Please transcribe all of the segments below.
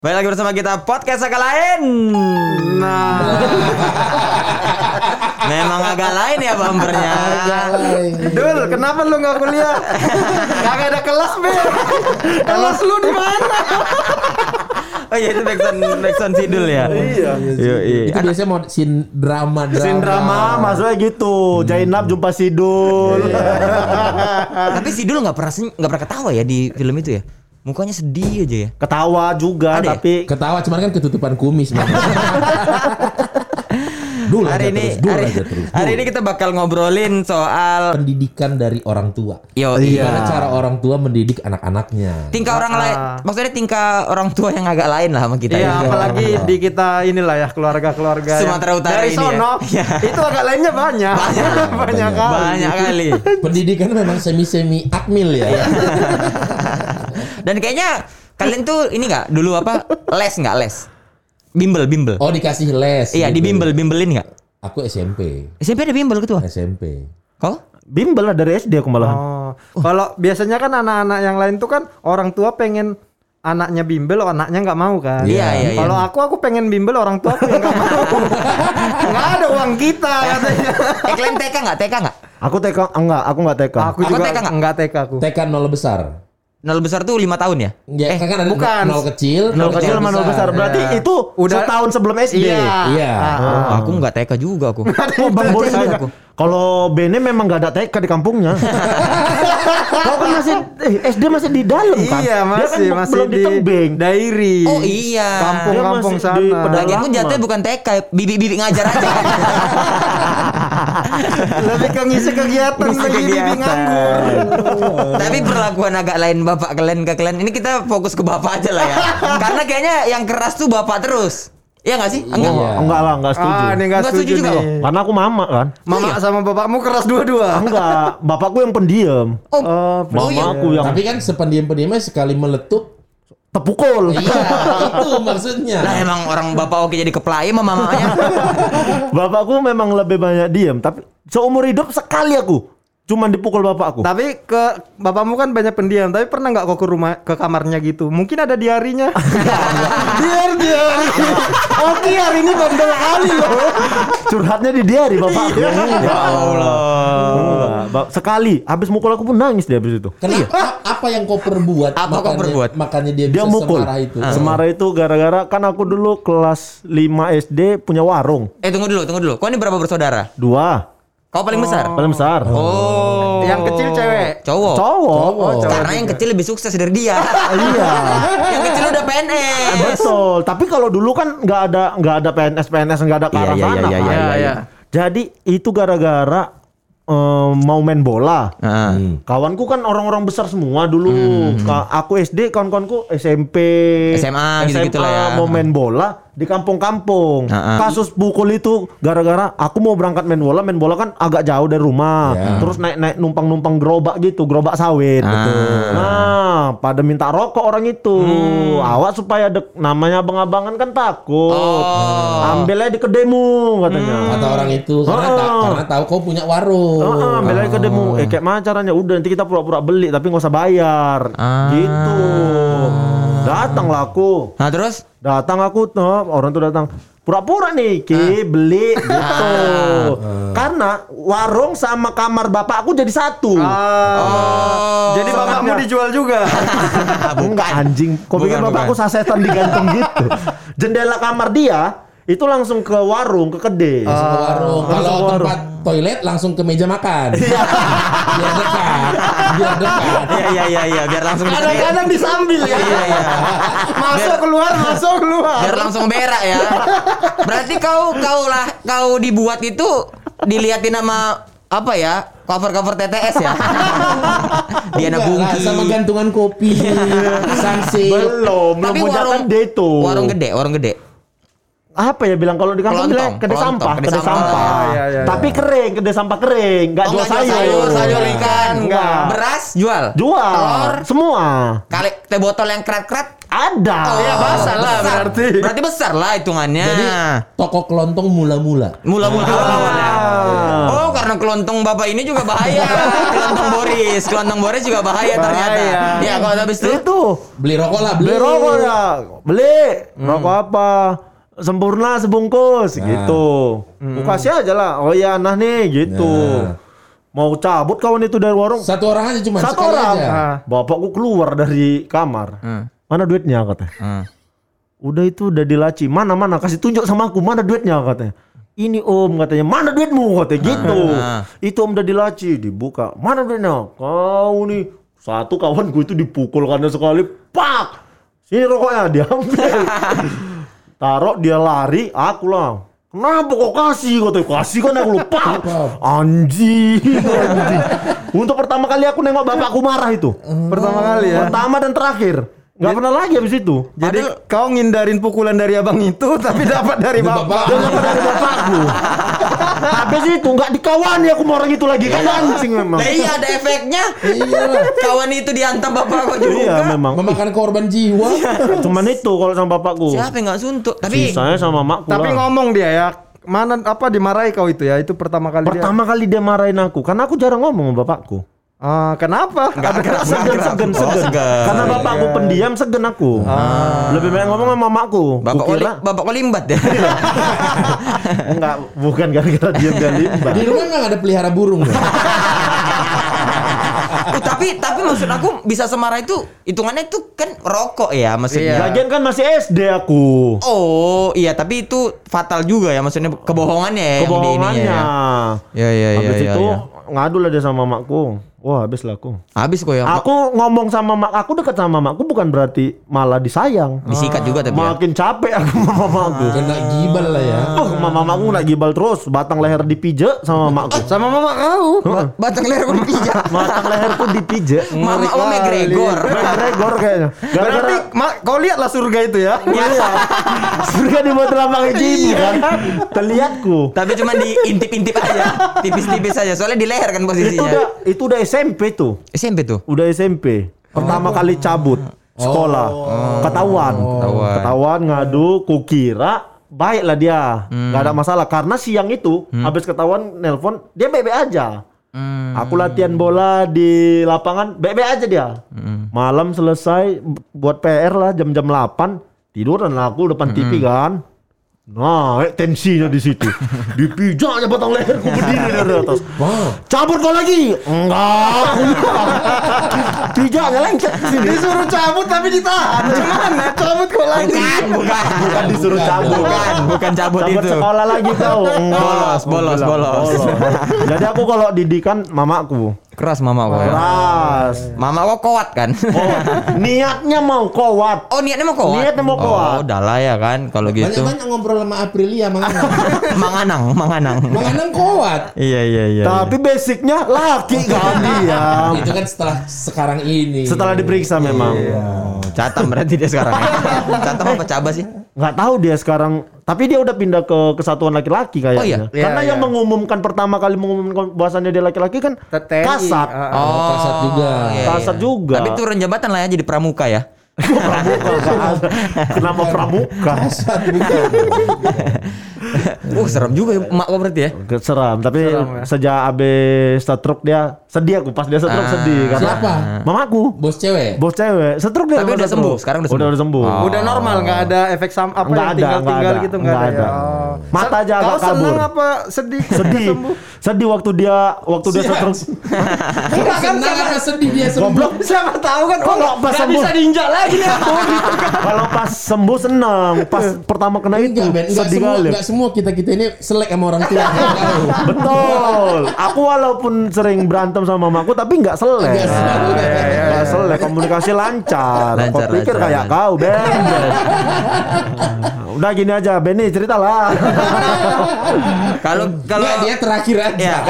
Balik lagi bersama kita podcast agak lain. Nah, memang agak lain ya bumpernya. Dul, kenapa lu nggak kuliah? Gak ada kelas, Be. Kelas lu di mana? Oh iya itu backsound Sidul ya. Iya. Itu biasanya mau scene drama. Maksudnya gitu. Jainab jumpa Sidul. Tapi Sidul nggak pernah ketawa ya di film itu ya. Mukanya sedih aja ya. Ketawa juga, Ada ya? tapi Ketawa cuman kan ketutupan kumis. Dulu hari ini kita bakal ngobrolin soal pendidikan dari orang tua. Yo, Gimana cara orang tua mendidik anak-anaknya? tingkah orang lain, maksudnya tingkah orang tua yang agak lain lah sama kita. iya, ya. apalagi di kita inilah ya keluarga-keluarga Sumatera yang Utara dari ini sono. ya. Itu agak lainnya banyak. Banyak kali. Banyak kali. Pendidikan memang semi akmil ya. Dan kayaknya kalian tuh ini nggak dulu apa les? Bimbel. Oh, dikasih les. Iya, gitu. bimbelin nggak? Aku SMP. SMP ada bimbel ketua? SMP. Kau? Bimbel lah dari SD aku malahan. Kalau biasanya kan anak-anak yang lain tuh kan orang tua pengen anaknya bimbel, anaknya nggak mau kan. Iya. Kalau aku pengen bimbel, orang tua aku yang nggak mau. Nggak ada uang kita katanya. Kalian TK nggak? Aku TK enggak, aku nggak TK. Aku juga TK nggak? enggak TK aku. TK 0 besar. Nol besar tuh 5 tahun ya? Ya, kan ada bukan. 0 kecil, 0 kecil sama 0 besar. Berarti itu udah setahun sebelum SD. Iya. Aku nggak TK juga aku. Oh, Bang Boris aku. Kalau Bene memang nggak ada TK di kampungnya. Kau kan masih SD masih di dalam kan? Iya, masih belum di Tembeng. Dairi. Oh iya. Kampung-kampung sana. Lagian aku jatuhnya bukan TK, bibi ngajar aja. Lebih ke ngisi kegiatan bagi bibi nganggur. Tapi perlakuan agak lain bapak kalian ke kalian. Ini kita fokus ke bapak aja lah ya. Karena kayaknya yang keras tuh bapak terus. Iya gak sih? Enggak. Iya. Enggak lah, enggak setuju. Ini enggak setuju juga kok. Karena aku mama kan. Mama sama bapakmu keras dua-dua. Enggak, bapakku yang pendiam. Mamaku yang Tapi kan sependiam-pendiamnya sekali meletup tepukul. Iya, itu maksudnya. Lah emang orang bapak oke jadi kepelai sama mamanya. Bapakku memang lebih banyak diam, tapi seumur hidup sekali aku cuman dipukul bapakku. Tapi ke bapakmu kan banyak pendiam, tapi pernah nggak kau ke kamarnya gitu? Mungkin ada diarinya. diari. Oke, hari ini bandel kali loh. Curhatnya di diari bapakku. Ya Allah. Sekali habis mukul aku pun nangis dia habis itu. Kenapa? Apa yang kau perbuat? Makanya dia mukul. semarah itu. Semarah itu gara-gara kan aku dulu kelas 5 SD punya warung. Tunggu dulu. Kau ini berapa bersaudara? 2. Kau paling besar? Paling besar. Oh. Yang kecil cewek? Cowok. Karena yang kecil lebih sukses dari dia. Iya. Yang kecil udah PNS. Betul. Tapi kalau dulu kan nggak ada PNS nggak ada ke arah sana. Iya. Jadi itu gara-gara mau main bola. Kawanku kan orang-orang besar semua dulu. Aku SD, kawan-kawanku SMP, SMA gitu-gitu lah ya. Mau main bola di kampung-kampung. Kasus pukul itu gara-gara aku mau berangkat main bola kan agak jauh dari rumah. Terus naik numpang gerobak gitu, gerobak sawit. Nah, pada minta rokok orang itu. Awas supaya namanya abang-abangan kan takut. Ambil aja di kedemu katanya. Kata orang itu karena tahu kau punya warung. Ambil aja kedemu. Kayak mana caranya? Udah nanti kita pura-pura beli tapi nggak usah bayar. Gitu. Datanglah aku. Nah terus? Datang aku orang tuh datang. Pura-pura nih beli gitu. Karena warung sama kamar bapakku jadi satu. Jadi bapakmu dijual juga. Enggak anjing. Kok pikir bapakku sasetan digantung gitu. Jendela kamar dia itu langsung ke warung, ke kedai. Langsung ke warung. Kalau tempat toilet langsung ke meja makan. Biar dekat. Iya, biar langsung kadang-kadang disambil ya. Iya. Masuk keluar. Biar langsung berak ya. Berarti kau dibuat itu diliatin sama apa ya? Cover TTS ya. Diana Bungki sama gantungan kopi. Sunsil. Belum Tapi punya kan Deto. Warung gede. apa ya bilang kalau di kampung bilang kedai sampah. Iya. Tapi kering, kedai sampah kering, enggak jual sayur ikan, enggak. Beras jual. Telur, semua. Kali teh botol yang keret-keret ada. Ya basah lah berarti. Berarti besar lah hitungannya. Jadi toko kelontong mula-mula. Oh, karena kelontong Bapak ini juga bahaya. Kelontong Boris juga bahaya ternyata. Ya, kalau habis itu beli rokok lah, beli rokok ya. Rokok apa? Sempurna sebungkus gitu. Aku kasih aja lah. Oh ya, nah nih gitu. Mau cabut kawan itu dari warung. Satu orang aja cuma sekali aja. Bapakku keluar dari kamar. Mana duitnya katanya? Udah itu udah dilaci. Mana kasih tunjuk sama aku. Mana duitnya katanya? Ini om katanya. Mana duitmu katanya gitu. Itu om udah dilaci. Dibuka. Mana duitnya? Kau nih. Satu kawanku itu dipukul karena sekali. Pak. Sini rokoknya diambil. Taruh dia lari. Aku lah. Kenapa kok kasih? Katanya kasih kan aku lupa. Anjing. Untuk pertama kali aku nengok bapakku marah itu. Pertama kali ya. Pertama dan terakhir. Gak pernah lagi habis itu. Jadi kau ngindarin pukulan dari abang itu, tapi dapat dari bapak. Dapat dari bapakku. Habis itu nggak dikawani aku mau orang itu lagi kan anjing memang. Iya ada efeknya. Iya. Kawan itu diantam bapak juga. Iya memang. Memakan korban jiwa. Cuman itu kalau sama bapakku. Siapa yang nggak suntuk? Tapi saya sama makku. Tapi ngomong dia ya. Mana apa dimarahi kau itu ya? Itu pertama kali kali dia marahin aku karena aku jarang ngomong sama bapakku. Kenapa? Segan. Karena bapakku pendiam, segan aku. Lebih banyak ngomong sama mamaku. Bapak kok limbat ya? Enggak, bukan gara-gara diam dan limbat. Di rumah nggak ada pelihara burung. Tapi maksud aku bisa semarah itu hitungannya itu kan rokok ya maksudnya. Lagian kan masih SD aku. Oh iya tapi itu fatal juga ya maksudnya kebohongannya ya. Kebohongannya. Ya. Habis itu ngadu lah dia sama makku. Wah habis lah aku. Habis kok ya. Aku ngomong sama mak, aku dekat sama makku bukan berarti malah disayang. Disikat juga tapi makin capek aku sama mamaku. Kena gibal lah ya. Mamaku nak gibal terus, batang leher dipijak sama makku. Sama mama kau. Batang leherku dipijak. Batang leherku dipijak. Mama McGregor kayaknya. Berarti kau lihatlah surga itu ya. Iya. Surga dibuat lapangnya gini kan. Terlihatku. Tapi cuma diintip-intip aja, tipis-tipis aja. Soalnya di leher kan posisinya. Itu udah SMP tuh. SMP tuh? Udah SMP. Pertama kali cabut sekolah. Ketahuan ngadu, kukira baiklah dia. Gak ada masalah karena siang itu habis ketahuan nelpon dia bebe aja. Aku latihan bola di lapangan bebe aja dia. Malam selesai buat PR lah jam-jam 8 tiduran lah aku depan TV kan. Naik tensinya di situ. Dipijaknya batang leherku berdiri dari atas. Cabut kau lagi? Enggak. Pijaknya lengket sini. Disuruh cabut tapi ditahan. Gimana? Cabut kau lagi? Bukan disuruh cabut. Bukan cabut itu. Cabut sekolah lagi kau. Bolos. Jadi aku kalau didikan mamaku. Keras mama kok. Keras. Mama kok kuat kan? Niatnya mau kuat. Oh niatnya mau kuat. Niatnya mau kuat. Oh udah lah ya kan kalau gitu. Banyak ngobrol sama Aprilia Manganang. Manganang kuat. Iya. Tapi basicnya laki kan dia. Itu kan sekarang ini. Setelah diperiksa memang. Catam berarti dia sekarang. Catam apa Caba sih? Nggak tahu dia sekarang. Tapi dia udah pindah ke kesatuan laki-laki kayaknya. Oh iya? Karena yang mengumumkan pertama kali mengumumkan bahwasannya dia laki-laki kan Kasat. Kasat juga. Kasat juga. Tapi turun jabatan lah ya jadi pramuka ya. Kenapa pramuka? Serem juga ya emak gua berarti ya. Seram, tapi sejak abis stroke dia sedih aku pas dia stroke sedih karena siapa? Mamaku. Bos cewek. Stroke dia. Tapi udah sembuh, sekarang udah sembuh. Udah normal, nggak ada efek apa yang tinggal gitu nggak ada. Mata aja agak kabur. Kau senang apa sedih? Sedih waktu dia stroke. Enggak senang apa sedih dia sembuh. Siapa tahu kan kalau pas sembuh bisa diinjak lagi nih aku. Kalau pas sembuh senang, pas pertama kena itu sedih kali. Enggak semua kita ini selek sama orang tua. Betul. Aku walaupun sering berantem sama mamaku tapi nggak selek. Nggak selek, komunikasi lancar. Kau pikir kayak kau, Ben. Udah gini aja, Benny ceritalah. Kalau dia terakhir aja. Ya,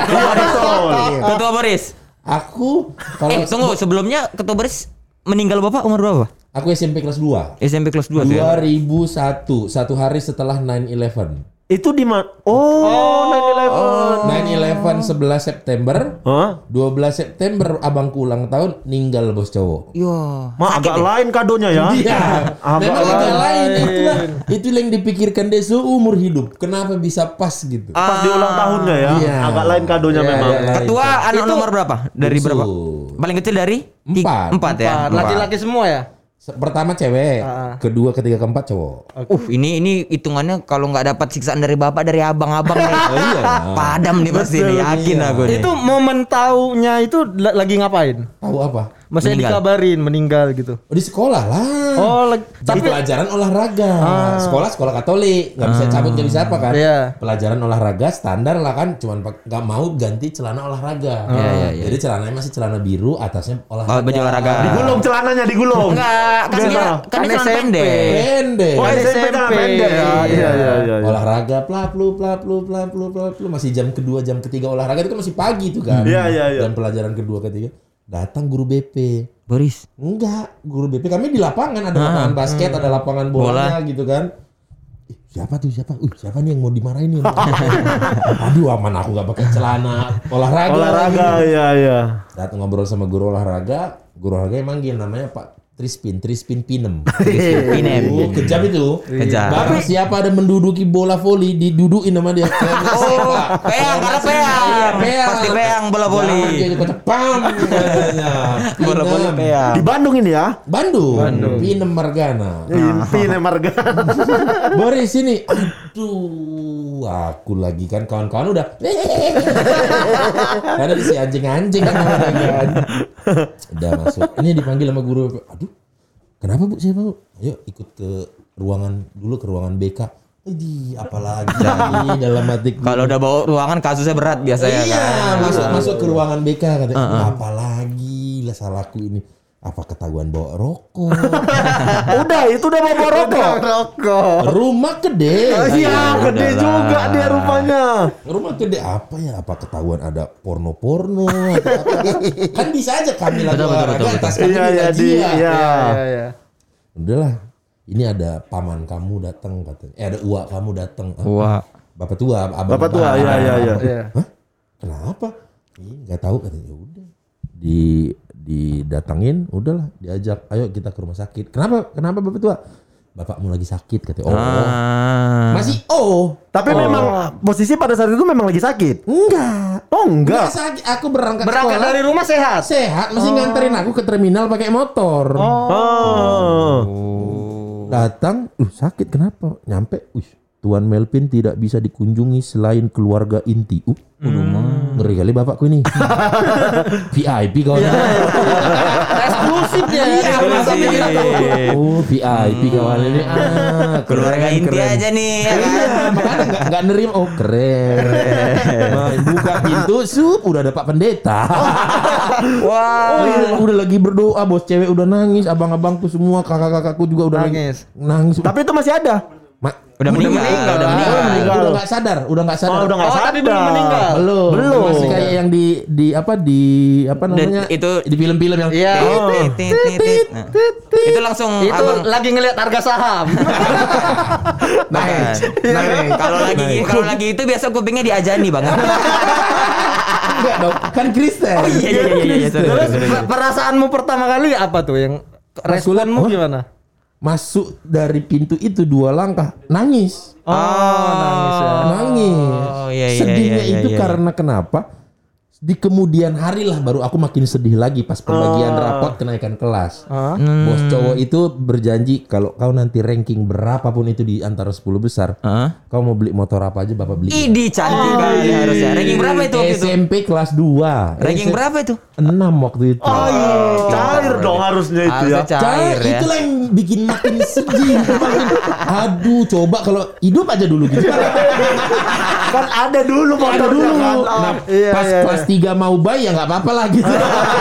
Ketua Boris. Aku tunggu sebelumnya Ketua Boris meninggal Bapak umur berapa? Aku SMP kelas 2. SMP kelas 2 tuh ya. 2001, satu hari setelah 9/11. Itu di mana? Oh, 9/11. 9/11 11 September. Hah? 12 September abangku ulang tahun, ninggal bos cowok. Yo. Agak lain kadonya ya. Iya. Agak Memang agak lain. lain. Itu yang dipikirkan dia seumur hidup. Kenapa bisa pas gitu? Pas di ulang tahunnya ya. Iya. Agak lain kadonya Iya, memang. iya. Ketua anak nomor berapa? Dari Bungsu. berapa? Paling kecil dari? Empat. Ya. Laki-laki semua ya? Pertama cewek, kedua, ketiga, keempat cowok. Ini hitungannya kalau nggak dapat siksaan dari bapak, dari abang-abang nih. Iya. Padam nih pasti nih, yakin aku nih. Itu momen taunya itu lagi ngapain? Tahu apa? Maksudnya Meninggal. dikabarin meninggal gitu. Oh, di sekolah lah. Oh, Tapi pelajaran olahraga. Sekolah Katolik, nggak bisa cabut, nggak bisa apa kan? Iya. Pelajaran olahraga standar lah kan, cuman nggak mau ganti celana olahraga. Iya. Jadi celananya masih celana biru, atasnya olahraga. Oh, baju olahraga. Digulung celananya digulung. Enggak, kan dia kan dia celana pendek. Pendek. Oh, SMP celana pendek ya. Iya. Olahraga plaplu masih jam kedua jam ketiga olahraga itu kan masih pagi tuh kan. Iya. Dan pelajaran kedua ketiga datang guru BP. Boris. Enggak, guru BP kami di lapangan, ada lapangan basket, ada lapangan bola gitu kan. Ih, siapa nih yang mau dimarahin nih? Aduh, aman aku gak pakai celana olahraga. Iya. Datang ngobrol sama guru olahraga yang manggil namanya Pak Trispin Pinem. Pinem. Oh, kejam itu. Kejam. Barang siapa ada menduduki bola voli, didudukin sama dia. Peang, karena peang. Pasti peang bola voli. Jadi kocak pam. Bola voli peang. Di Bandung ini ya. Bandung. Pinem Margana. Pinem Marga. Boris ini. Aduh, aku lagi kan kawan-kawan udah. Karena si anjing-anjing kan. Udah masuk. Ini dipanggil sama guru. Aduh, kenapa Bu? Siapa Bu? Ayo ikut ke ruangan BK. Apalagi dalam hati. Kalau udah bawa ruangan kasusnya berat biasanya Iya, kan. masuk ke ruangan BK katanya. Apalagi lah salahku ini. Apa ketahuan bawa rokok? Udah, itu udah mau bawa rokok. Rumah gede. Iya, gede juga dia rupanya. Rumah gede apa ya? Apa ketahuan ada porno-porno atau apa? Kan bisa aja kami lagi olahraga atas kami gajian. Iya. Udahlah. Ini ada paman kamu datang katanya. Ada uak kamu datang. Wah. Bapak tua, abang. Bapak tua, iya. Hah? Kenapa? Nggak tahu katanya. Ya udah. Didatangin, udahlah, diajak, ayo kita ke rumah sakit. Kenapa Bapak tua? Bapakmu lagi sakit katanya. Masih Tapi memang posisi pada saat itu memang lagi sakit. enggak. Oh, enggak. Sakit. Aku berangkat Berangkat sekolah. dari rumah sehat. Sehat, masih nganterin aku ke terminal pakai motor. Datang, sakit kenapa? Nyampe, Tuan Melvin tidak bisa dikunjungi selain keluarga inti. Ngeri kali bapakku ini. VIP kawan. Eksklusif ya. Oh, VIP kawan ini. Keluarga inti aja nih ya kan. Makanya nggak nerima. Oh, keren. Buka pintu, udah ada Pak Pendeta. Wah. Udah lagi berdoa, bos cewek udah nangis, abang-abangku semua, kakak-kakakku juga udah nangis. Tapi itu masih ada. Udah meninggal. Udah nggak sadar. Oh, udah nggak sadar. Tapi belum meninggal. Belum. Masih kayak yang di apa namanya? Itu di film-film yang Iya. Nah, itu langsung Itu abang. lagi ngelihat harga saham. Kalau lagi itu biasa kupingnya diajani banget. enggak dong. Kan Kristen. Iya. Terus perasaanmu pertama kali apa tuh yang responmu gimana? Masuk dari pintu itu 2 langkah, nangis. Nangis ya. Nangis. iya. Sedihnya Iya. itu karena kenapa? Di kemudian hari lah baru aku makin sedih lagi pas pembagian rapot kenaikan kelas. Bos cowok itu berjanji kalau kau nanti ranking berapapun itu di antara 10 besar, kau mau beli motor apa aja bapak beli. Idi cantik kali harusnya. Ranking berapa itu waktu itu? SMP kelas 2. Ranking berapa itu? 6 waktu itu. Cair dong harusnya itu ya. Harusnya cair ya. Itulah yang bikin makin sedih. Aduh, coba kalau hidup aja dulu gitu. Kan ada dulu motor dulu. Nah, pas kelas 3 mau bayi ya nggak apa-apa lah gitu.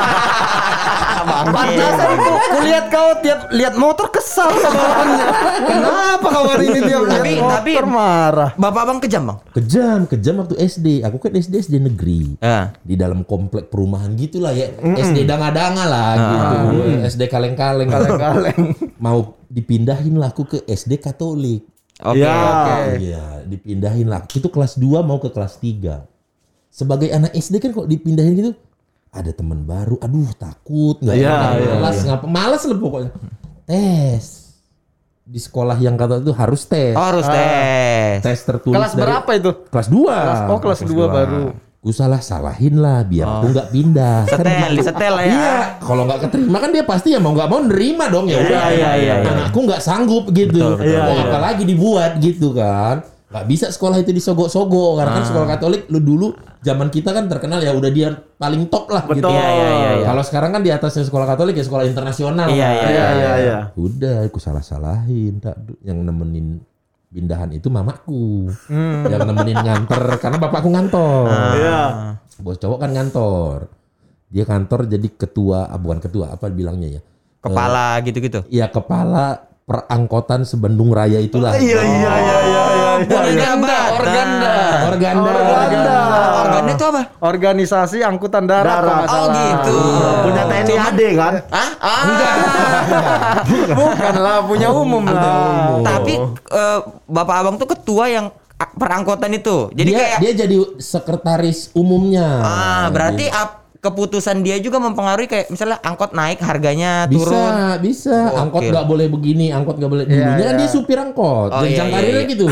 Pantasan itu kulihat kau tiap lihat motor kesal sama orangnya. Kenapa kau hari ini tiap lihat Tapi motor? Tapi termarah. bapak abang kejam bang. Kejam waktu SD. Aku kan SD negeri. Di dalam komplek perumahan gitulah ya. SD danga-danga lah gitu. SD kaleng-kaleng. Mau dipindahin lah aku ke SD Katolik. Oke. Iya, dipindahin lah. Itu kelas 2 mau ke kelas 3. Sebagai anak SD kan kok dipindahin gitu, ada teman baru, aduh takut, kelas, malas lah pokoknya. Tes. Di sekolah yang kata itu harus tes. Oh, harus tes. Tes tertulis. Kelas berapa itu? Kelas 2. Kelas 2 baru. Gue salahin lah biar aku nggak pindah. Disetel lah ya. Iya, kalau nggak keterima kan dia pasti ya mau nggak mau nerima dong ya. Iya. Anakku nggak sanggup gitu. Apalagi dibuat gitu kan. Nggak bisa sekolah itu disogok-sogok karena kan sekolah Katolik lu dulu zaman kita kan terkenal ya udah dia paling top lah. Betul. Gitu. Iya. Kalau sekarang kan di atasnya sekolah Katolik ya sekolah internasional. Iya. Udah, aku salahin. Yang nemenin pindahan itu mamaku. Yang nemenin nganter karena bapakku ngantor. Bos cowok kan ngantor. Dia kantor jadi ketua, bukan ketua, apa bilangnya ya? Kepala gitu-gitu. Iya, kepala perangkotan sebendung raya itulah. Iya. Organda itu apa? Organisasi angkutan darat. Oh gitu. Punya TNI AD kan? Enggak. Bukan lah, punya umum lah. Tapi bapak abang tuh ketua yang perangkotan itu. Jadi dia jadi sekretaris umumnya. Berarti keputusan dia juga mempengaruhi kayak misalnya angkot naik harganya turun. Bisa. Angkot nggak boleh begini, angkot nggak boleh. Dulunya kan dia supir angkot. Jenjang karirnya gitu.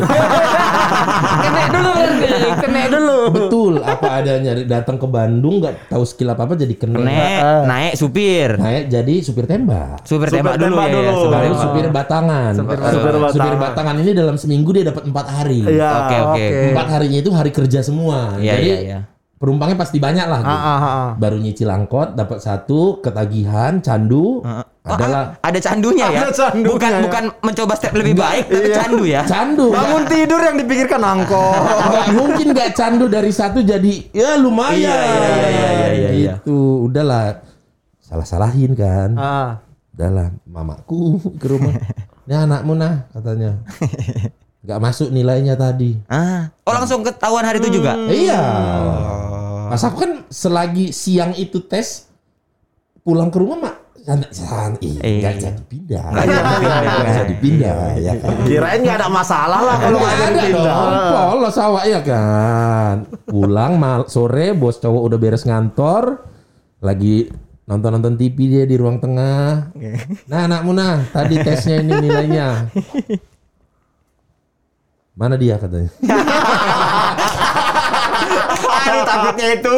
Kena dulu. Betul, apa adanya. Datang ke Bandung nggak tahu skill apa jadi kena. Naik supir. Naik jadi supir tembak. Supir tembak dulu. Sebagai supir batangan. Supir batangan ini dalam seminggu dia dapat 4 hari. Oke. 4 harinya itu hari kerja semua. Jadi penumpangnya pasti banyak lah gitu. Baru nyicil angkot dapat 1 ketagihan candu ada candunya ya. Bukan mencoba step lebih baik tapi candu ya. Candu. Bangun tidur yang dipikirkan angkot. Nggak mungkin nggak candu dari 1 jadi ya lumayan. Iya. Gitu. Udahlah salahin kan. Udahlah mamaku ke rumah. Ini anakmu nah katanya. Nggak masuk nilainya tadi. Oh langsung ketahuan hari itu juga? Iya. Pas aku kan selagi siang itu tes pulang ke rumah nggak bisa dipindah. Nggak bisa dipindah ya kan. Kirain nggak ada masalah lah kalau nggak ada pindah. Polos awak ya kan. Pulang sore bos cowok udah beres ngantor, lagi nonton TV dia di ruang tengah. Nah anakmu nah tadi tesnya ini nilainya. Mana dia katanya? Takutnya itu.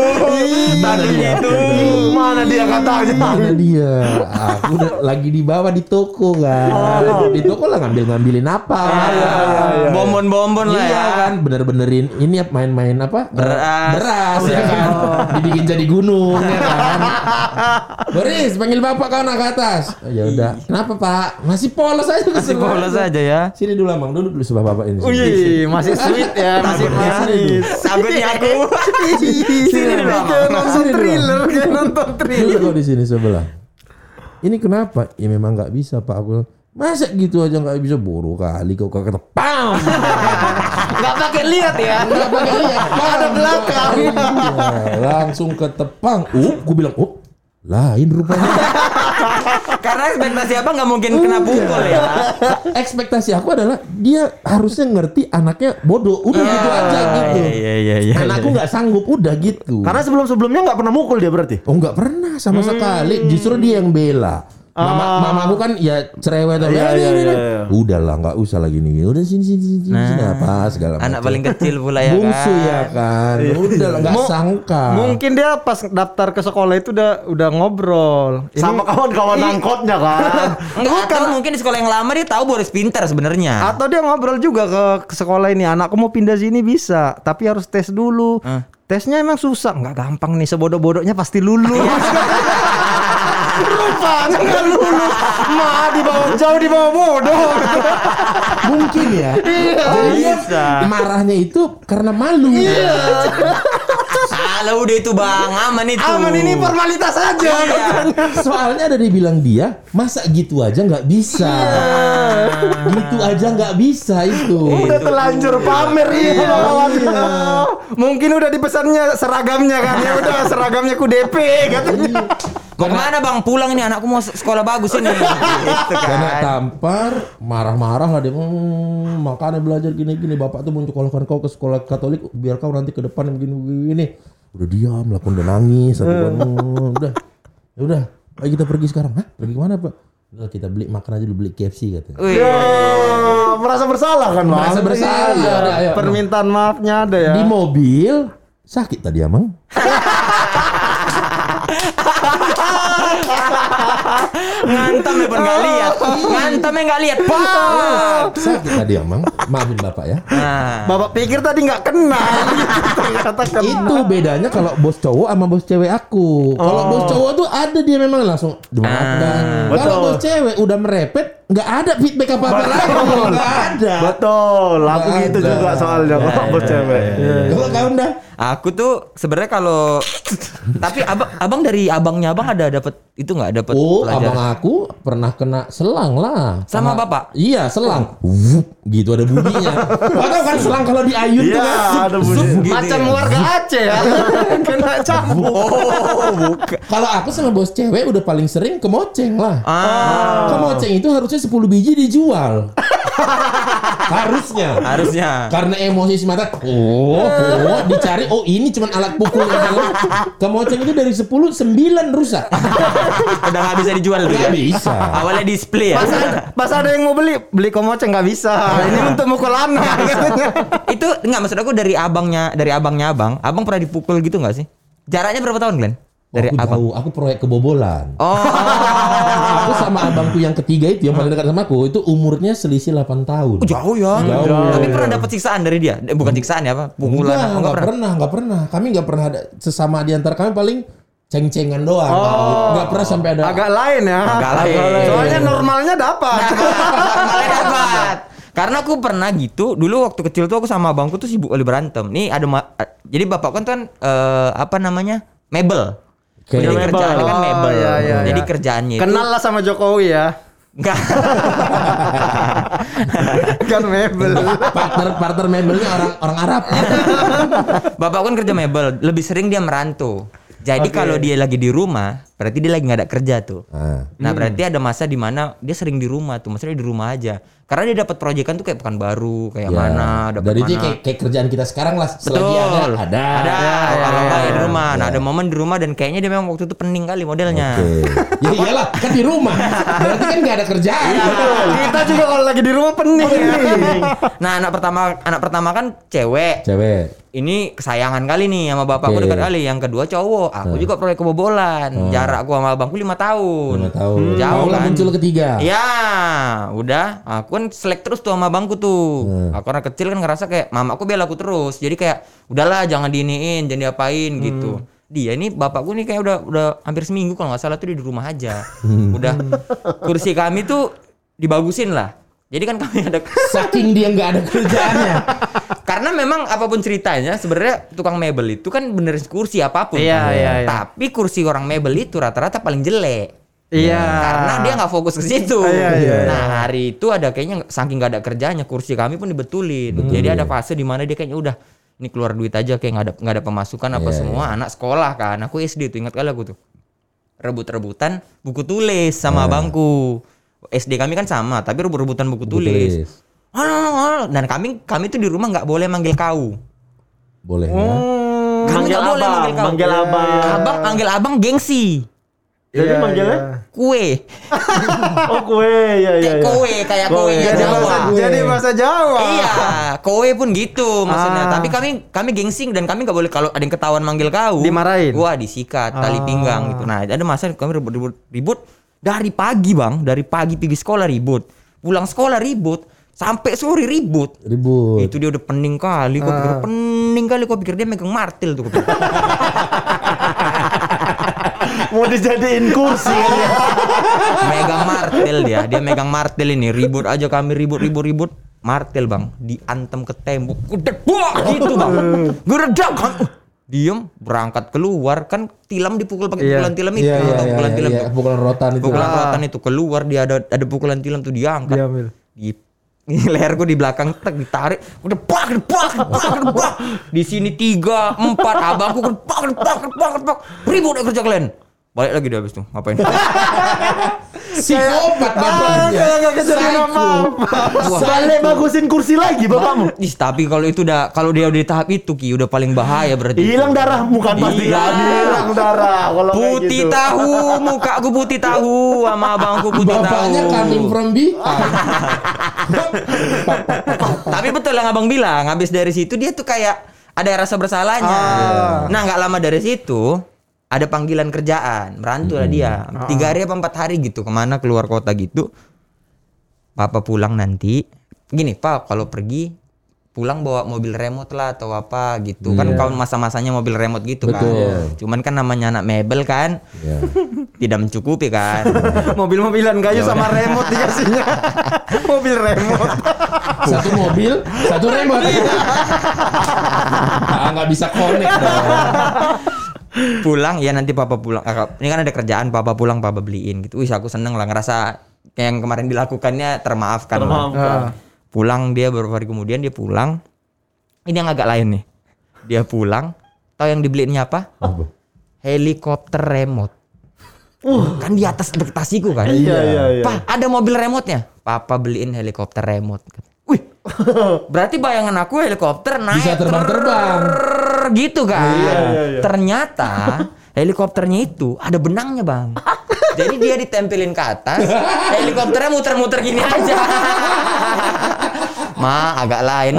Mana dia katanya? Mana dia? Aku udah lagi di bawah di toko kan. Di toko lah ngambilin apa? Bonbon lah ya. Kan bener-benerin ini main-main apa? Beras ya kan. Dibikin jadi gunung ya kan. Boris panggil bapak kau nak ke atas. Ya udah. Kenapa pak? Masih polos aja. Masih polos aja ya. Sini dulu Amang, duduk dulu sebelah bapak ini. Masih sweet ya, masih manis. Takutnya aku. Sini dulu. Kayak nonton thriller. Duduk di sini sebelah. Ini kenapa? Ya memang nggak bisa pak aku. Masa gitu aja nggak bisa, buru kali kau kata pam. Nggak pakai lihat ya. Nggak pakai lihat. Ada belakang. Langsung ke tepang. Gue bilang lain rupanya. Karena ekspektasi abang nggak mungkin kena pukul ya. Ekspektasi aku adalah dia harusnya ngerti anaknya bodoh. Udah gitu aja gitu. Iya. Anakku nggak sanggup udah gitu. Karena sebelumnya nggak pernah mukul dia berarti. Oh nggak pernah sama sekali. Justru dia yang bela. Mamamu kan ya cerewet udahlah nggak usah lagi nih. Udah sini apa segala macam. Anak paling kecil pula ya. Bungsu ya kan. Udah nggak sangka. Mungkin dia pas daftar ke sekolah itu udah ngobrol sama kawan-kawan angkotnya kan. Enggak, atau mungkin di sekolah yang lama dia tahu Boris pintar sebenarnya. Atau dia ngobrol juga ke sekolah ini, anakku mau pindah sini bisa, tapi harus tes dulu. Tesnya emang susah, nggak gampang nih, sebodoh-bodohnya pasti lulus. Rupanya nggak lulus, di bawah bodoh. Mungkin ya. Jadi dia marahnya itu karena malu. Kalau udah itu bang, aman itu. Aman ini formalitas aja. Iya. Soalnya ada dibilang dia, masa gitu aja nggak bisa. Gitu aja nggak bisa itu. Udah telanjur pamer ini kawan. Mungkin udah dipesannya seragamnya kan. Ya udah seragamnya ku DP katanya. Mau kemana bang? Pulang ini anakku mau sekolah bagus ini. Gitu Karena kan. tampar, marah-marah lah dia. Makanya belajar gini-gini. Bapak tuh menyekolahkan kau ke sekolah Katolik biar kau nanti ke depan begini-begini. Udah diam, lah pun udah nangis. Aku kan, udah, ya udah, ayo kita pergi sekarang. Hah? Pergi kemana pak? Udah kita beli makan aja dulu, beli KFC katanya. Wih. Ya, merasa bersalah kan, Bang? Merasa bersalah. Iya, Ada, ayo. permintaan maafnya ada ya. Di mobil sakit tadi emang. Ngantem ya pun nggak lihat. Ngantemnya nggak lihat. Pak. Sakit tadi emang. Maafin bapak ya. Nah. Bapak pikir tadi nggak kenal. Ternyata kenal. Itu bedanya kalau bos cowok sama bos cewek aku. Kalau bos cowok tuh ada dia memang langsung dimaafkan. Kalau betul. bos cewek udah merepet, nggak ada feedback apa-apa lagi. Nggak ada. Betul, aku Nggak gitu ada. juga soalnya kalau bos cewek. Kalau kau dah. Aku tuh sebenarnya kalau tapi abang dari abangnya abang ada dapat itu nggak dapat Oh, pelajaran? abang aku pernah kena selang lah. Sama bapak? Iya, selang. Wup, gitu ada bunyinya. Kau tahu kan selang kalau diayun tuh Iya, kan. ada bunyi. gitu Macam ya? warga Aceh ya. Kena cambuk. Oh, bukan. Kalau aku sama bos cewek udah paling sering kemoceng lah. Kemoceng itu harusnya 10 biji dijual. Harusnya. Karena emosi semata. Dicari. Oh ini cuma alat pukul yang kemoceng itu dari 10 9 rusak. Udah nggak bisa dijual tuh Nggak ya? bisa. Awalnya display ya. Pas ada yang mau beli komoceng nggak bisa. Ini untuk mukul anak. Itu nggak maksud aku dari abangnya abang. Abang pernah dipukul gitu nggak sih? Jaraknya berapa tahun Glenn? Dari Aku abang. jauh, aku proyek kebobolan. Oh. Aku sama abangku yang ketiga itu yang paling dekat sama aku itu umurnya selisih 8 tahun. Jauh ya. Jauh. Tapi pernah dapat siksaan dari dia? Bukan siksaan ya, apa? Pukulan. Enggak, Oh, nggak pernah. Kami nggak pernah ada sesama di antara kami paling ceng-cengan doang. Nggak pernah sampai ada. Agak lain ya. Agak lain. Soalnya normalnya dapat. Normalnya dapat. Karena aku pernah gitu, dulu waktu kecil tuh aku sama abangku tuh sibuk kali berantem. Nih ada jadi bapak kan apa namanya? Mebel. Oke. Jadi kerjaannya kan mebel. iya. Jadi kerjaannya itu Kenal lah sama Jokowi ya. enggak. Kan mebel. partner mebelnya orang Arab. Bapak kan kerja mebel, lebih sering dia merantau. Jadi kalau dia lagi di rumah, berarti dia lagi nggak ada kerja tuh. Nah berarti ada masa di mana dia sering di rumah tuh, maksudnya di rumah aja. Karena dia dapat proyekan tuh kayak Pekanbaru, kayak mana, dapat Dari mana. itu kayak kerjaan kita sekarang lah. Selagi Betul. ada. Kalau nggak ya di rumah. Nah ada momen di rumah dan kayaknya dia memang waktu itu pening kali modelnya. Oke. Ya iyalah, kan di rumah. Berarti kan nggak ada kerjaan. Kita juga kalau lagi di rumah pening. Nah anak pertama kan cewek. Ini kesayangan kali nih sama bapakku Oke. dekat kali. Yang kedua cowok. Aku juga proyek kebobolan. Jarak aku sama abangku 5 tahun. 5 tahun. Jauh Maulah kan. muncul ketiga. Ya, udah. Aku kan selek terus tuh sama abangku tuh. Aku karena kecil kan ngerasa kayak mamaku bela aku terus. Jadi kayak udahlah jangan diiniin, jangan diapain gitu. Dia ini bapakku nih kayak udah hampir seminggu kalau nggak salah tuh dia di rumah aja. Udah kursi kami tuh dibagusin lah. Jadi kan kami ada Saking dia nggak ada kerjaannya. karena memang apapun ceritanya sebenarnya tukang mebel itu kan benerin kursi apapun. Iya, kan. iya. Tapi kursi orang mebel itu rata-rata paling jelek. Iya. Karena dia nggak fokus ke situ. Iya. Nah hari itu ada kayaknya saking nggak ada kerjanya kursi kami pun dibetulin. Jadi ada fase di mana dia kayaknya udah ini keluar duit aja kayak nggak ada pemasukan apa semua anak sekolah kan. Aku SD tuh ingat kali aku tuh rebut-rebutan buku tulis sama abangku. SD kami kan sama tapi rebut-rebutan buku tulis. Dan kami tuh di rumah nggak boleh manggil kau. Boleh ya. Kami nggak boleh manggil kau. Manggil abang. Abang manggil abang gengsi. Jadi manggilnya Kue. oh kue ya Kayak kowe, kayak kowe-nya Jawa. Jadi bahasa Jawa. Iya, kowe pun gitu maksudnya. Tapi kami gengsi dan kami nggak boleh kalau ada yang ketahuan manggil kau. Dimarahin. Wah, disikat tali pinggang gitu. Nah, ada masa kami ribut dari pagi, Bang. Dari pagi pergi sekolah ribut. Pulang sekolah ribut. Sampai sore ribut. Itu dia udah pening kali. Kok pikir dia megang martil tuh. Mau dijadiin kursi. Megang martil dia megang martil ini. Ribut aja kami ribut. Martil, Bang, diantem ke tembok. Udah buah gitu, Bang. Geredak kan. Diem berangkat keluar kan tilam dipukul pakai pukulan tilam itu pukulan tilam tuh. Pukulan rotan itu. Pukulan rotan itu keluar dia ada pukulan tilam tuh diangkat. Diambil. Di leherku di belakang ditarik udah bak. Di sini 3 4 abangku bak. Ribut deh kerja kalian. Balik lagi dia habis tuh ngapain? Psikopat bapaknya. Enggak kejadian apa-apa. Balik bagusin kursi lagi bapakmu. Tapi kalau dia udah di tahap itu Ki udah paling bahaya berarti. Hilang darah bukan pasti kan? Hilang darah kalau Putih gitu. tahu, mukaku putih tahu sama abangku putih tahu. Bapaknya coming from behind. Tapi betul yang abang bilang, habis dari situ dia tuh kayak ada rasa bersalahnya. Nah nggak lama dari situ ada panggilan kerjaan, merantau lah dia. 3 hari apa 4 hari gitu, kemana keluar kota gitu. Papa pulang nanti, gini Pak, kalau pergi pulang bawa mobil remote lah atau apa gitu. Kan kalau masa-masanya mobil remote gitu kan. Cuman kan namanya anak mebel kan, tidak mencukupi kan. Mobil-mobilan kayu sama remote dikasihnya. Mobil remote. Satu mobil, satu remote. Nggak bisa connect dong. Pulang ya nanti papa pulang. Ini kan ada kerjaan, papa pulang papa beliin gitu. Wih aku seneng lah ngerasa kayak yang kemarin dilakukannya termaafkan. Pulang dia beberapa hari kemudian dia pulang. Ini yang agak lain nih. Dia pulang, tahu yang dibeliinnya apa? Helikopter remote. Kan di atas ekspektasiku kan. Iya. Pak, ada mobil remote-nya. Papa beliin helikopter remote. Wih, berarti bayangan aku helikopter naik Bisa terbang-terbang. Gitu kan. Iya. Ternyata helikopternya itu ada benangnya bang. Jadi dia ditempelin ke atas, helikopternya muter-muter gini aja. Agak lain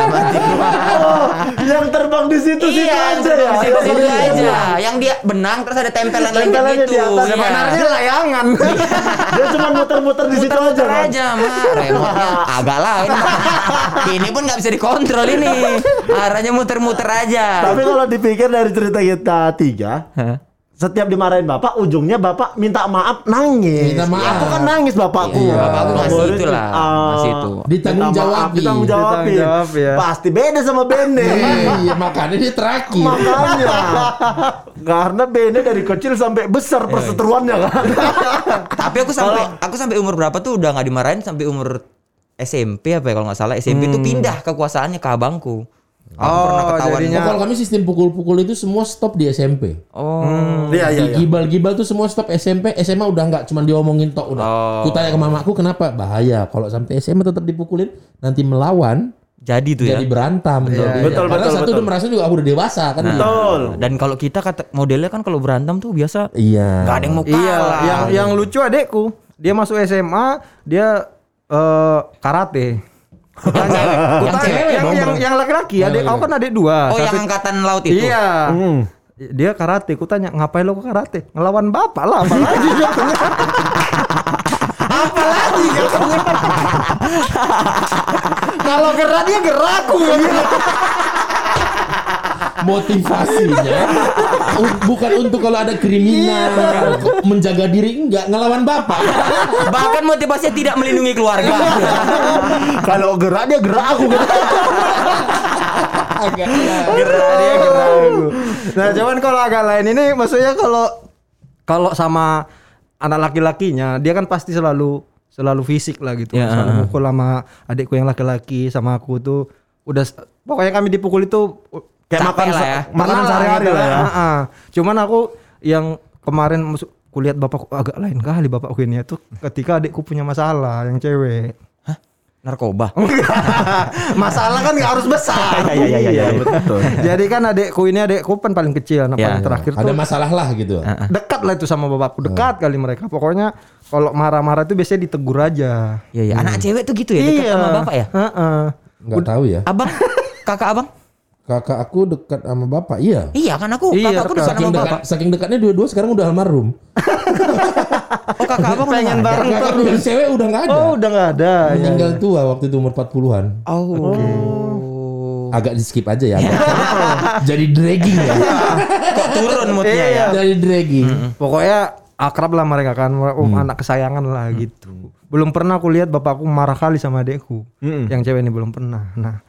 Yang terbang di situ aja ya. Situ aja. Yang dia benang terus ada tempelan lagi gitu. Di atas. Sebenarnya layangan. Dia cuma muter-muter di situ Muter-muter aja. aja, remote-nya agak lain. Ini pun nggak bisa dikontrol ini. Arahnya muter-muter aja. Tapi kalau dipikir dari cerita kita 3, setiap dimarahin bapak, ujungnya bapak minta maaf nangis. Minta maaf. Aku kan nangis bapakku. Bapakku ngasih itu lah, ngasih itu. Ditanggung jawabin. Ditanggung jawabin. Jawab ya. Pasti beda sama Bene. Iya, makanya dia terakhir. Makanya. Karena Bene dari kecil sampai besar perseteruannya kan. Tapi aku sampai umur berapa tuh udah nggak dimarahin sampai umur SMP apa ya kalau nggak salah SMP itu pindah kekuasaannya ke abangku. Aku pernah ketahuan. Kalau kami sistem pukul-pukul itu semua stop di SMP. Iya. Gibal-gibal tuh semua stop SMP, SMA udah nggak, cuma diomongin tok udah. Ku tanya ke mamaku kenapa? Bahaya kalau sampai SMA tetap dipukulin nanti melawan. Jadi tuh Jadi ya. berantem. Betul, Karena satu betul. udah merasa juga aku udah dewasa kan. Betul. Dan kalau kita modelnya kan kalau berantem tuh biasa Iya. nggak ada yang mau Iya, kalah. yang lucu adekku, dia masuk SMA, dia karate. Yang laki-laki, adik aku kan adik 2. Oh, yang angkatan laut itu. Iya. Dia karate, ku tanya ngapain lo ke karate? Ngelawan bapak lah, apa lagi katanya. Apa lagi katanya. Kalau gerak dia gerakku. Motivasinya bukan untuk kalau ada kriminal menjaga diri, enggak, ngelawan bapak. Bahkan motivasinya tidak melindungi keluarga. Kalau gerak dia gerak aku. Gerak aku. Nah, cuman kalau agak lain ini maksudnya kalau sama anak laki-lakinya, dia kan pasti selalu fisik lah gitu. Ya, Selalu mukul sama adikku yang laki-laki sama aku tuh udah pokoknya kami dipukul itu kayak Capek lah ya. makan sehari-hari gitu lah ya. ya. Cuman aku yang kemarin kulihat bapakku agak lain kali bapakku ini tuh ketika adikku punya masalah yang cewek. Narkoba. Masalah kan nggak harus besar. Iya, betul. Jadi kan adekku kan paling kecil, anak Ya, paling terakhir Ada tuh masalah lah gitu. dekat lah itu sama bapakku, dekat kali mereka. Pokoknya kalau marah-marah itu biasanya ditegur aja. Iya. Anak cewek tuh gitu ya, dekat sama bapak ya? Nggak tahu ya. Abang, kakak abang? Kakak aku dekat sama bapak, iya. Iya kan aku, Iya, kakakku dekat sama bapak. Saking dekatnya dua-dua sekarang udah almarhum. Oh kakak abang Pengen udah bareng Kakakku yang cewek udah nggak ada. Oh, udah nggak ada. Meninggal tua waktu itu umur 40-an. Oh. Agak di skip aja ya. Jadi dragging ya. Kok turun moodnya ya? Jadi dragging. Pokoknya akrab lah mereka kan, anak kesayangan lah gitu. Belum pernah aku lihat bapakku marah kali sama adekku. Yang cewek ini belum pernah. Nah,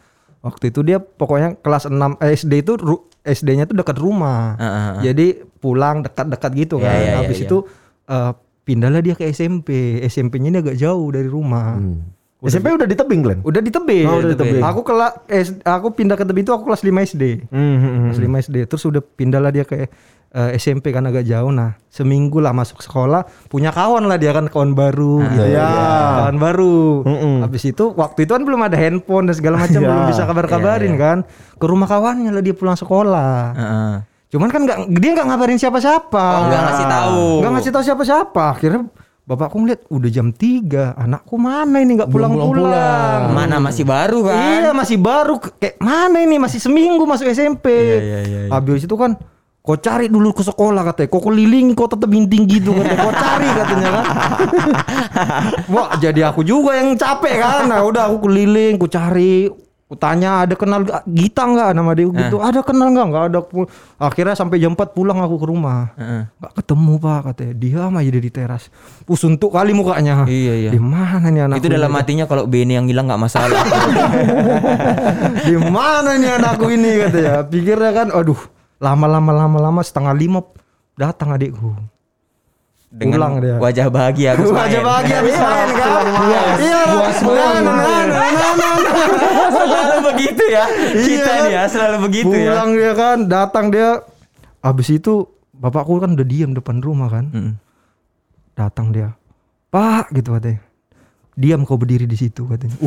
Waktu itu dia pokoknya kelas 6 SD itu SD-nya tuh dekat rumah. Jadi pulang dekat-dekat gitu kan. Habis itu pindahlah dia ke SMP. SMP-nya ini agak jauh dari rumah. SMP udah di tebing, Glenn? Udah di tebing. Oh, udah di tebing. Aku pindah ke tebing itu aku kelas 5 SD. Kelas 5 SD. Terus udah pindahlah dia ke SMP kan agak jauh. Nah, seminggu lah masuk sekolah, punya kawan lah dia kan, kawan baru gitu ya. Kawan baru. Habis itu waktu itu kan belum ada handphone dan segala macam, belum bisa kabar-kabarin kan. Ke rumah kawannya lah dia pulang sekolah. Cuman kan dia nggak ngabarin siapa-siapa. Nggak ngasih tahu. Nggak ngasih tahu siapa-siapa. Akhirnya bapakku ngeliat udah jam 3, anakku mana ini nggak pulang-pulang. Mana masih baru kan? Iya masih baru, kayak mana ini masih seminggu masuk SMP. Iya. Habis itu kan kau cari dulu ke sekolah katanya, kau keliling kau tetap binting gitu katanya, kau cari katanya kan. Wah jadi aku juga yang capek kan. Nah udah aku keliling, ku cari, ku tanya ada kenal Gita nggak nama dia gitu, ada kenal nggak ada. Akhirnya sampai jam 4 pulang aku ke rumah, nggak ketemu pak katanya, diam aja di teras, suntuk kali mukanya. Iya. Di mana nih anakku? Itu dalam hatinya kalau Beni yang hilang nggak masalah. Di mana nih anakku ini katanya. Pikirnya kan, aduh lama setengah 5 datang adikku. Dengan pulang dia. Wajah bahagia habis main. Wajah bahagia habis main kan. Iya. Selalu begitu ya. Kita nih ya selalu begitu ya. Pulang dia kan, datang dia. Habis itu bapakku kan udah diam depan rumah kan. Datang dia. Pak gitu katanya. Diam kau berdiri di situ katanya.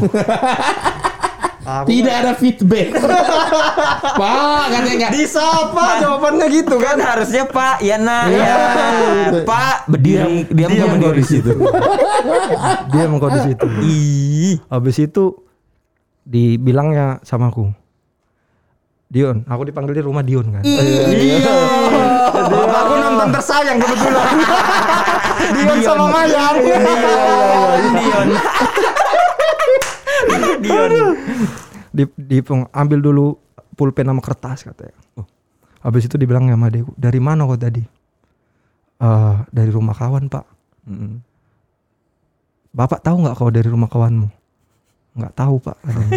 Tidak ada feedback. Pak katanya enggak. Disapa jawabannya gitu kan. Harusnya Pak, ya nah. Ya. Pak berdiri, diam berdiri di situ. Diam kau di situ. Habis itu dibilangnya sama aku, Dion, aku dipanggil di rumah Dion kan. Iya. Aku nonton Tersayang kebetulan. Dion sama Mayang. Dion. Ambil dulu pulpen sama kertas katanya. Habis itu dibilang sama adekku, dari mana kau tadi? Dari rumah kawan pak. Bapak tahu nggak kau dari rumah kawanmu? Nggak tahu pak.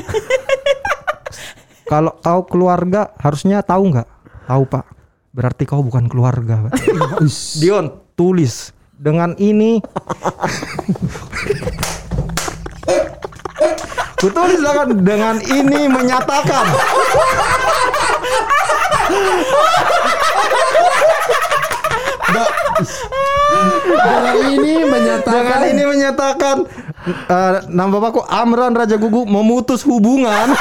Kalau kau keluarga harusnya tahu nggak? Tahu pak. Berarti kau bukan keluarga pak. Dion tulis dengan ini. Kutulis dengan ini menyatakan. Dengan ini menyatakan nama bapakku Amran Raja Gugu memutus hubungan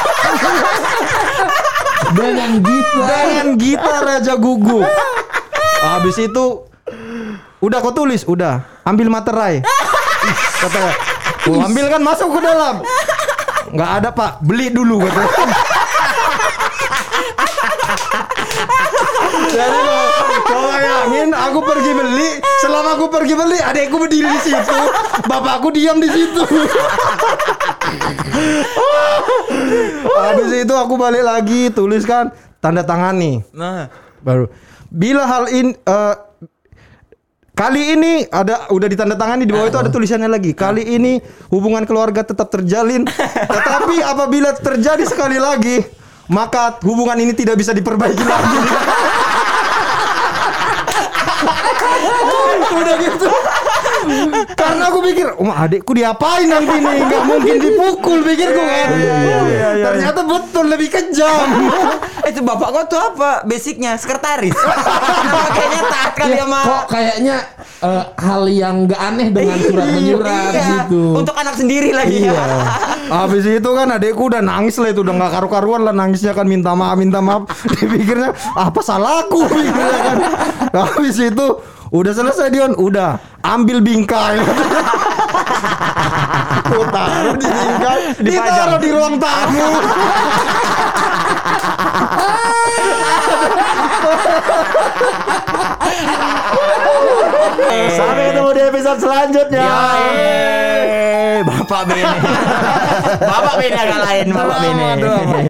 dengan Gita Raja Gugu. Habis itu udah kau tulis, udah ambil materai. Katanya, ambil kan masuk ke dalam. Nggak ada pak, beli dulu katanya. Jadi kau bayangin, aku pergi beli. Selama aku pergi beli, adekku berdiri di situ, bapakku diam di situ. Habis itu aku balik lagi, tuliskan, tanda tangani. Nah, baru bila hal ini kali ini udah ditandatangani, di bawah itu ada tulisannya lagi. Kali ini hubungan keluarga tetap terjalin, tetapi apabila terjadi sekali lagi, maka hubungan ini tidak bisa diperbaiki lagi. Udah gitu. Karena aku pikir, adekku diapain nanti nih? Gak mungkin dipukul, pikirku kan. Ternyata betul lebih kejam. Itu bapak kau tuh apa? Basicnya sekretaris. Kayaknya taat kali sama. Kok kayaknya hal yang gak aneh dengan surat menyurat gitu. Untuk anak sendiri lagi. Iya. Habis itu kan adekku udah nangis lah, itu udah gak karu-karuan lah nangisnya kan, minta maaf. Dipikirnya apa salahku pikirnya kan. Habis itu udah selesai Dion, udah ambil bingkai. Aku taruh di bingkai, ditaruh di ruang tamu. Sampai ketemu di episode selanjutnya. Bapak Beni. Bapak Beni agak lain, Bapak Beni.